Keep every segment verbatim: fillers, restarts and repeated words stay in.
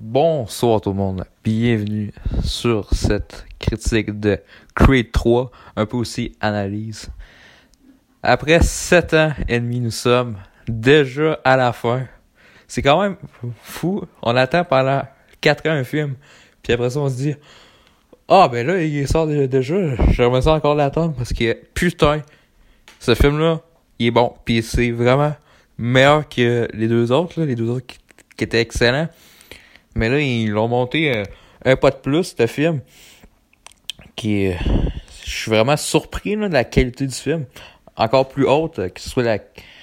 Bonsoir tout le monde, bienvenue sur cette critique de Creed trois, un peu aussi analyse. Après sept ans et demi, nous sommes déjà à la fin. C'est quand même fou, on attend pendant quatre ans un film, puis après ça on se dit « Ah ben là, il sort déjà, j'aimerais ça encore l'attendre parce que putain, ce film-là, il est bon, puis c'est vraiment meilleur que les deux autres, là, les deux autres qui, qui étaient excellents. » Mais là, ils l'ont monté euh, un pas de plus, ce film. Qui est... Je suis vraiment surpris là, de la qualité du film. Encore plus haute, euh, que ce soit la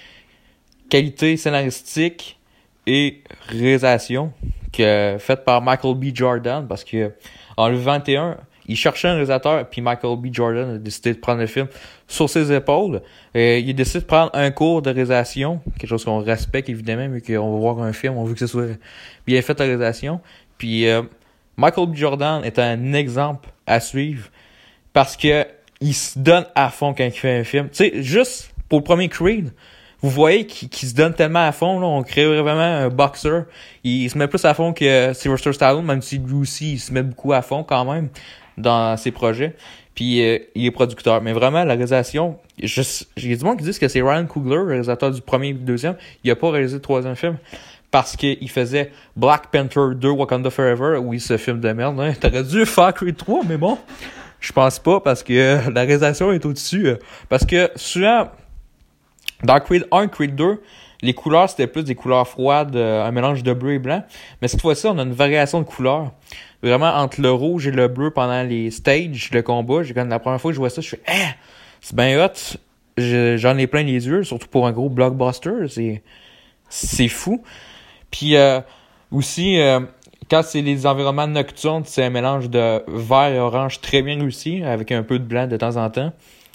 qualité scénaristique et réalisation que faite par Michael B. Jordan. Parce que en le vingt et un, il cherchait un réalisateur, puis Michael B. Jordan a décidé de prendre le film sur ses épaules. Et il a décidé de prendre un cours de réalisation, quelque chose qu'on respecte évidemment, mais qu'on va voir un film, on veut que ce soit bien fait la réalisation. Puis euh, Michael B. Jordan est un exemple à suivre parce que il se donne à fond quand il fait un film. Tu sais, juste pour le premier Creed, vous voyez qu'il, qu'il se donne tellement à fond, là, on crée vraiment un boxeur. Il se met plus à fond que Sylvester Stallone, même si lui aussi, il se met beaucoup à fond quand même dans ses projets. Puis euh, il est producteur. Mais vraiment, la réalisation, je, j'ai du monde qui disent que c'est Ryan Coogler, le réalisateur du premier et du deuxième. Il a pas réalisé le troisième film parce qu'il faisait Black Panther deux Wakanda Forever. Oui, ce film de merde. Hein. T'aurais dû faire Creed trois, mais bon, je pense pas parce que euh, la réalisation est au-dessus. Euh, parce que souvent, dans Creed un, Creed deux, les couleurs, c'était plus des couleurs froides, euh, un mélange de bleu et blanc. Mais cette fois-ci, on a une variation de couleurs. Vraiment, entre le rouge et le bleu pendant les stages de combat. J'ai, quand la première fois que je vois ça, je fais eh, « c'est bien hot. » Je, j'en ai plein les yeux, surtout pour un gros blockbuster. C'est, c'est fou. Puis euh, aussi, euh, quand c'est les environnements nocturnes, c'est un mélange de vert et orange très bien réussi, avec un peu de blanc de temps en temps.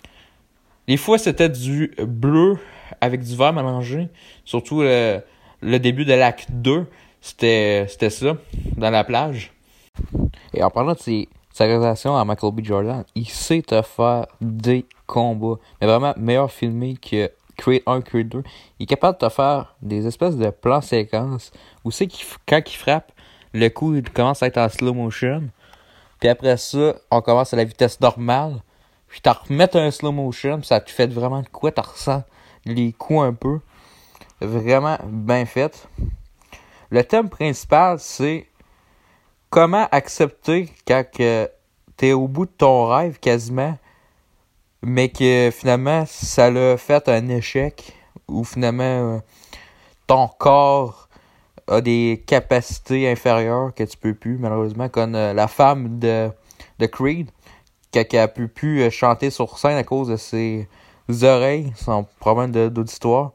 Des fois, c'était du bleu avec du vert mélangé. Surtout le, le début de l'acte deux, c'était, c'était ça, dans la plage. Et en parlant de ses, sa réalisation à Michael B. Jordan, il sait te faire des combats. Mais vraiment, meilleur filmé que Creed un, Creed deux. Il est capable de te faire des espèces de plans séquences où c'est qu'il, quand il frappe, le coup il commence à être en slow motion. Puis après ça, on commence à la vitesse normale. Puis t'en remets un slow motion, puis ça te fait vraiment de quoi, t'en ressens les coups un peu. Vraiment bien fait. Le thème principal, c'est comment accepter quand que t'es au bout de ton rêve quasiment, mais que finalement ça l'a fait un échec, ou finalement euh, ton corps a des capacités inférieures que tu peux plus, malheureusement, comme euh, la femme de, de Creed, qui a pu plus euh, chanter sur scène à cause de ses oreilles, son problème de, d'auditoire,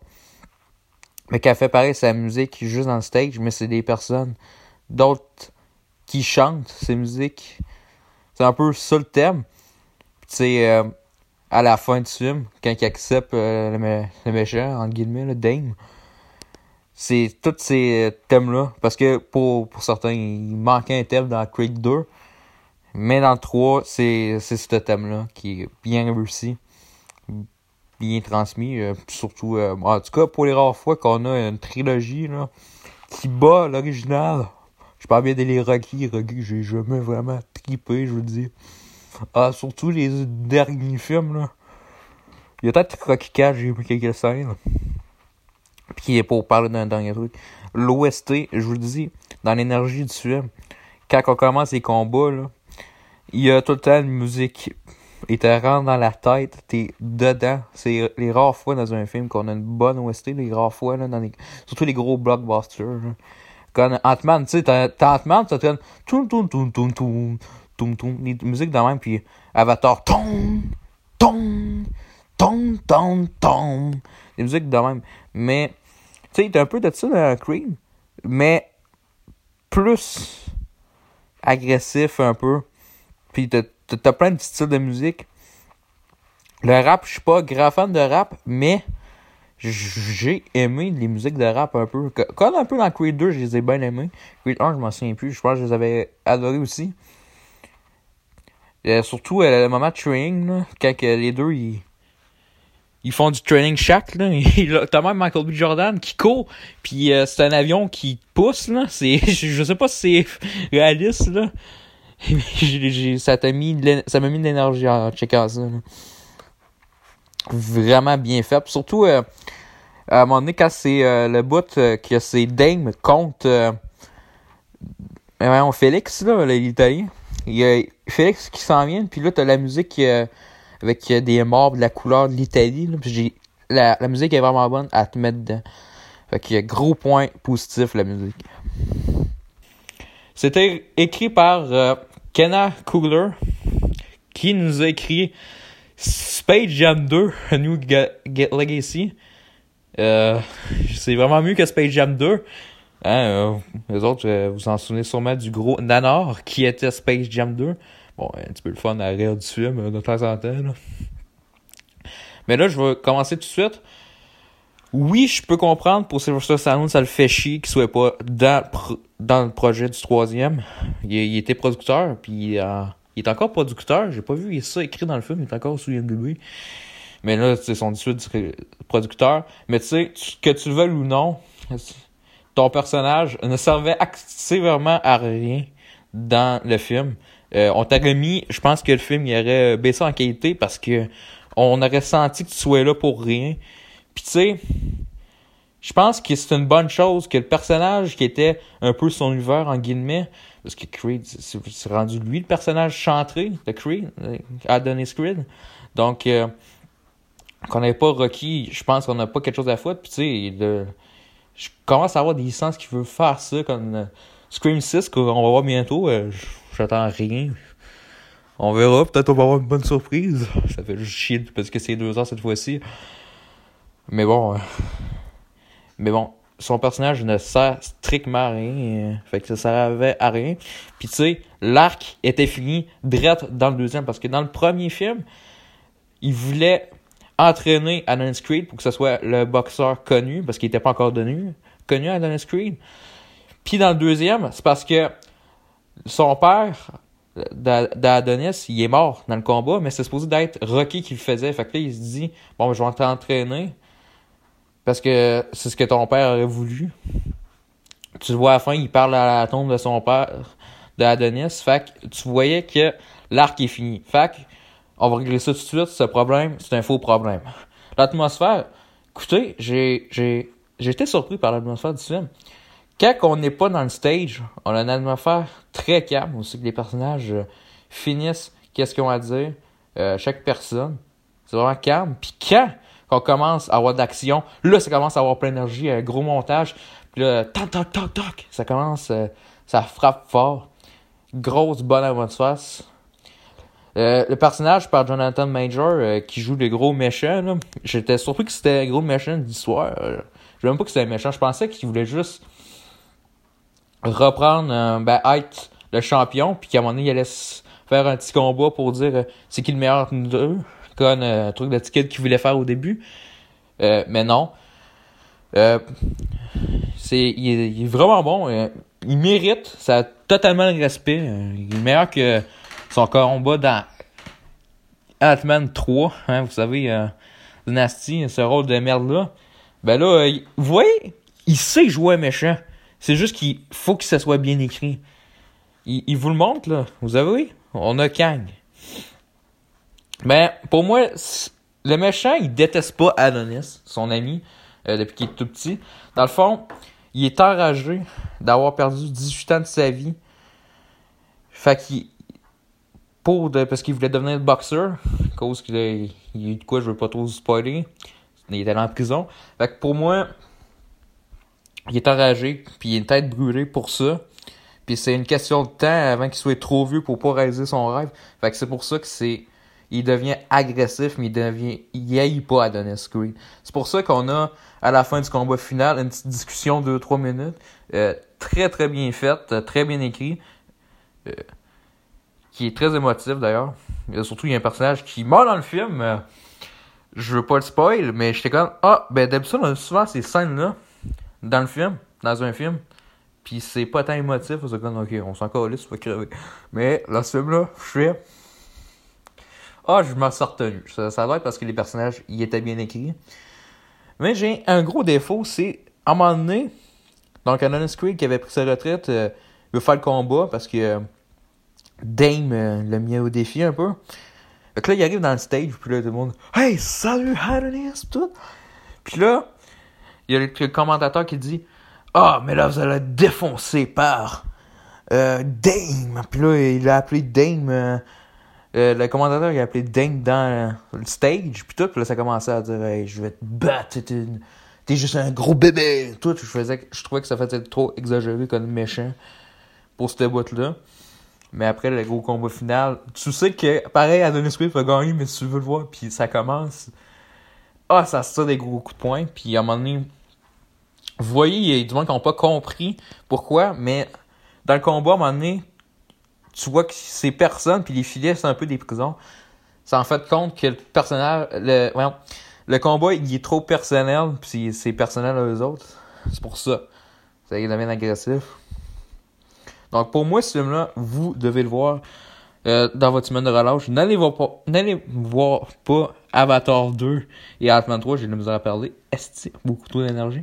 mais qu'elle fait pareil sa musique juste dans le stage, mais c'est des personnes d'autres qui chantent ces musiques. C'est un peu ça le thème. Tu sais, euh, à la fin du film, quand il accepte euh, le, mé- le méchant, entre guillemets, le Dame, c'est tous ces thèmes-là. Parce que pour, pour certains, il manquait un thème dans Creed deux. Mais dans le trois, c'est, c'est ce thème-là qui est bien réussi, bien transmis. Euh, surtout, euh, en tout cas, pour les rares fois qu'on a une trilogie là, qui bat l'original. Je parle bien des Rocky, Rocky, j'ai jamais vraiment trippé, je vous le dis. Ah, surtout les derniers films, là. Il y a peut-être Rocky quatre, j'ai vu quelques scènes. Puis pour parler d'un dernier truc, l'O S T, je vous le dis, dans l'énergie du film, quand on commence les combats, là, il y a tout le temps une musique. Il te rentre dans la tête, t'es dedans. C'est les rares fois dans un film qu'on a une bonne O S T, les rares fois, là, dans les... surtout les gros blockbusters, là. Quand Ant-Man, tu sais, t'as, t'as Ant-Man, ça te donne toum toum toum toum toum toum toum, les musiques de même, puis Avatar, tom tom tom tom tom, les musiques de même. Mais, tu sais, t'as un peu de ça dans Creed, mais plus agressif un peu, puis t'as, t'as, t'as plein de styles de musique. Le rap, je suis pas grand fan de rap, mais j'ai aimé les musiques de rap un peu. Comme un peu dans Creed deux, je les ai bien aimés. Creed un, je m'en souviens plus. Je pense que je les avais adorés aussi. Euh, surtout euh, le moment de Train, là, quand que les deux, ils, ils font du training shack, là. T'as même Michael B. Jordan qui court, puis euh, c'est un avion qui pousse, là. C'est, je sais pas si c'est réaliste, là. j'ai, j'ai, ça t'a mis de ça m'a mis de l'énergie en checkant ça, là. Vraiment bien fait. Puis surtout, euh, à un moment donné, quand c'est euh, le bout euh, que c'est Dame contre euh, Félix, là, l'Italien. Il y a Félix qui s'en vient, puis là, t'as la musique euh, avec euh, des marbres de la couleur de l'Italie. Là, puis j'ai, la, la musique est vraiment bonne à te mettre dedans. Fait qu'il y a gros point positif, la musique. C'était écrit par euh, Kenna Coogler, qui nous a écrit Space Jam deux, A New Ga- Ga- Legacy. Euh, c'est vraiment mieux que Space Jam deux. Hein, euh, les autres, euh, vous en souvenez sûrement du gros nanar qui était Space Jam deux. Bon, un petit peu le fun à rire du film euh, de temps en temps. Là. Mais là, je vais commencer tout de suite. Oui, je peux comprendre pour Sylvester Stallone, ça le fait chier qu'il soit pas dans, dans le projet du troisième. Il, il était producteur, puis euh, il est encore producteur. J'ai pas vu ça écrit dans le film, il est encore sous I M D B. Mais là, c'est son dix-huit du producteur. Mais tu sais, que tu le veuilles ou non, ton personnage ne servait accessoirement à rien dans le film. Euh, on t'aurait mis, je pense que le film il aurait baissé en qualité parce que on aurait senti que tu sois là pour rien. Puis tu sais, je pense que c'est une bonne chose que le personnage qui était un peu son univers en guillemets, parce que Creed, c'est, c'est rendu lui le personnage chantré de Creed, Adonis Creed. Donc, euh, qu'on n'ait pas Rocky, je pense qu'on n'a pas quelque chose à foutre. Puis tu sais, le, je commence à avoir des licences qui veulent faire ça, comme euh, Scream six, qu'on va voir bientôt. Euh, j'attends rien. On verra, peut-être on va avoir une bonne surprise. Ça fait juste chier parce que c'est deux heures cette fois-ci. Mais bon, euh, mais bon, son personnage ne sert strictement à rien. Euh, fait que ça servait à rien. Puis tu sais, l'arc était fini direct dans le deuxième. Parce que dans le premier film, il voulait entraîner Adonis Creed pour que ce soit le boxeur connu. Parce qu'il n'était pas encore connu, connu Adonis Creed. Puis dans le deuxième, c'est parce que son père d'Adonis, il est mort dans le combat. Mais c'est supposé d'être Rocky qui le faisait. Fait que là, il se dit, bon, je vais t'entraîner. Parce que c'est ce que ton père aurait voulu. Tu le vois à la fin, il parle à la tombe de son père, d'Adonis. Fait que tu voyais que l'arc est fini. Fait que on va régler ça tout de suite. Ce problème, c'est un faux problème. L'atmosphère, écoutez, j'ai, j'ai, j'ai été surpris par l'atmosphère du film. Quand on n'est pas dans le stage, on a une atmosphère très calme. Aussi que les personnages euh, finissent qu'est-ce qu'ils ont à dire. Euh, chaque personne. C'est vraiment calme. Puis quand qu'on commence à avoir d'action, là, ça commence à avoir plein d'énergie, un gros montage. Puis là, toc, toc, toc, toc, ça commence, euh, ça frappe fort. Grosse bonne atmosphère. Euh, le personnage par Jonathan Major, euh, qui joue le gros méchant, là, j'étais surpris que c'était un gros méchant d'histoire. Euh, je ne même pas que c'était un méchant. Je pensais qu'il voulait juste reprendre, euh, ben, être le champion, puis qu'à un moment donné, il allait faire un petit combat pour dire euh, c'est qui le meilleur de nous deux. Comme un euh, truc de ticket qu'il voulait faire au début. Euh, mais non. Euh, c'est, il, est, il est vraiment bon. Euh, il mérite. Ça a totalement le respect. Euh, il est meilleur que son combat dans Ant-Man trois. Hein, vous savez, euh, Dynasty, ce rôle de merde-là. Ben là, euh, il, vous voyez, il sait jouer un méchant. C'est juste qu'il faut que ça soit bien écrit. Il, il vous le montre, là. Vous avez, on a Kang. Ben, pour moi, le méchant, il déteste pas Adonis, son ami, euh, depuis qu'il est tout petit. Dans le fond, il est enragé d'avoir perdu dix-huit ans de sa vie. Fait qu'il... Pour de, parce qu'il voulait devenir boxeur, à cause qu'il a, il y a eu de quoi, je veux pas trop spoiler. Il était allé en prison. Fait que pour moi, il est enragé, puis il a une tête brûlée pour ça. Puis c'est une question de temps avant qu'il soit trop vieux pour pas réaliser son rêve. Fait que c'est pour ça que c'est... Il devient agressif, mais il devient... Il haït pas Adonis Creed. C'est pour ça qu'on a, à la fin du combat final, une petite discussion de deux trois minutes. Euh, très, très bien faite, très bien écrit. Euh, qui est très émotif, d'ailleurs. Et surtout, il y a un personnage qui meurt dans le film. Euh, je veux pas le spoil, mais j'étais comme... Ah, ben d'habitude, on a souvent ces scènes-là dans le film, dans un film. Puis c'est pas tant émotif. C'est comme, ok, on s'en calisse, tu vas crever. Mais dans ce film-là, je fais... Ah, je m'en suis retenu. Ça, ça doit être parce que les personnages y étaient bien écrits. Mais j'ai un gros défaut, c'est, à un moment donné, donc Adonis Creed qui avait pris sa retraite, euh, il veut faire le combat parce que euh, Dame euh, l'a mis au défi un peu. Fait que là, il arrive dans le stage, puis là, tout le monde, hey, salut Adonis, tout. Puis là, il y a le, le commentateur qui dit, ah, mais là, vous allez être défoncé par euh, Dame. Puis là, il a appelé Dame. Euh, euh, le commentateur, il a appelé Dame dans euh, le stage, puis tout. Puis là, ça commençait à dire, hey, je vais te battre, t'es, t'es juste un gros bébé. Tout, je, faisais, je trouvais que ça faisait trop exagéré comme méchant pour cette boîte-là. Mais après, le gros combat final, tu sais que, pareil, Adonis Creed va gagner, mais si tu veux le voir, puis ça commence. Ah, ça se tire des gros coups de poing, puis à un moment donné, vous voyez, il y a du monde qui n'ont pas compris pourquoi, mais dans le combat, à un moment donné, tu vois que ces personnes, puis les filets, c'est un peu des prisons. C'est en fait compte que le personnage, le, voyons, le combat, il est trop personnel, puis c'est personnel à eux autres. C'est pour ça. Ça y devient agressif. Donc, pour moi, ce film-là, vous devez le voir euh, dans votre semaine de relâche. N'allez voir pas, n'allez voir pas Avatar deux et Ant-Man trois, j'ai de la misère à parler. Esti, beaucoup trop d'énergie.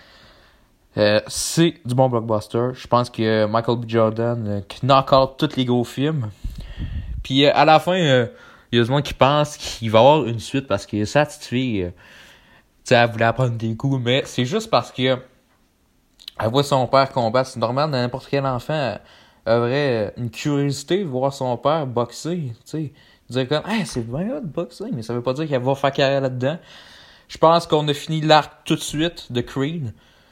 Euh, c'est du bon blockbuster. Je pense que Michael B. Jordan euh, knock out tous les gros films. Puis euh, à la fin, il euh, y a des gens qui pensent qu'il va y avoir une suite parce que sa petite fille, euh, tu sais, elle voulait apprendre des coups, mais c'est juste parce que elle voit son père combattre. C'est normal, n'importe quel enfant aurait une curiosité de voir son père boxer. Tu sais, dire comme, hey, c'est bien de boxer, mais ça veut pas dire qu'elle va faire carrière là-dedans. Je pense qu'on a fini l'arc tout de suite de Creed.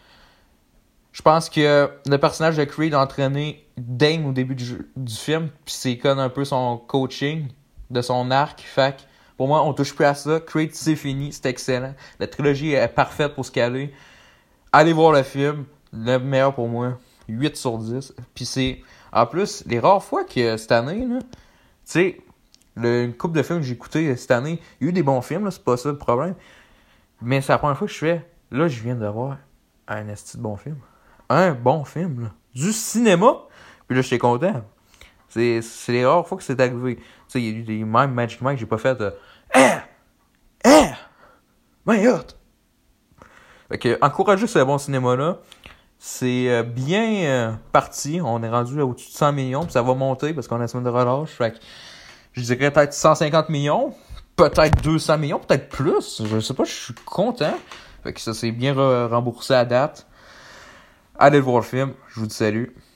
Je pense que le personnage de Creed a entraîné Dame au début du, jeu, du film, puis c'est comme un peu son coaching de son arc. Fait que pour moi, on touche plus à ça. Creed, c'est fini, c'est excellent. La trilogie est parfaite pour se caler. Allez voir le film, le meilleur pour moi, huit sur dix. Puis c'est, en plus, les rares fois que cette année, là, tu sais, une couple de films que j'ai écouté cette année, il y a eu des bons films, là, c'est pas ça le problème. Mais c'est la première fois que je fais, là, je viens de voir un esti de bon film. Un bon film, là. Du cinéma. Puis là, j'étais content. C'est, c'est les rares fois que c'est arrivé. Tu sais, il y a eu des mêmes Magic Mike, j'ai pas fait de hein! Hein! My God! Fait que, encouragez ce bon cinéma-là. C'est euh, bien euh, parti. On est rendu à au-dessus de cent millions. Puis ça va monter parce qu'on a une semaine de relâche. Fait que, je dirais peut-être cent cinquante millions. Peut-être deux cents millions. Peut-être plus. Je sais pas, je suis content. Fait que ça s'est bien re- remboursé à date. Allez voir le film. Je vous dis salut.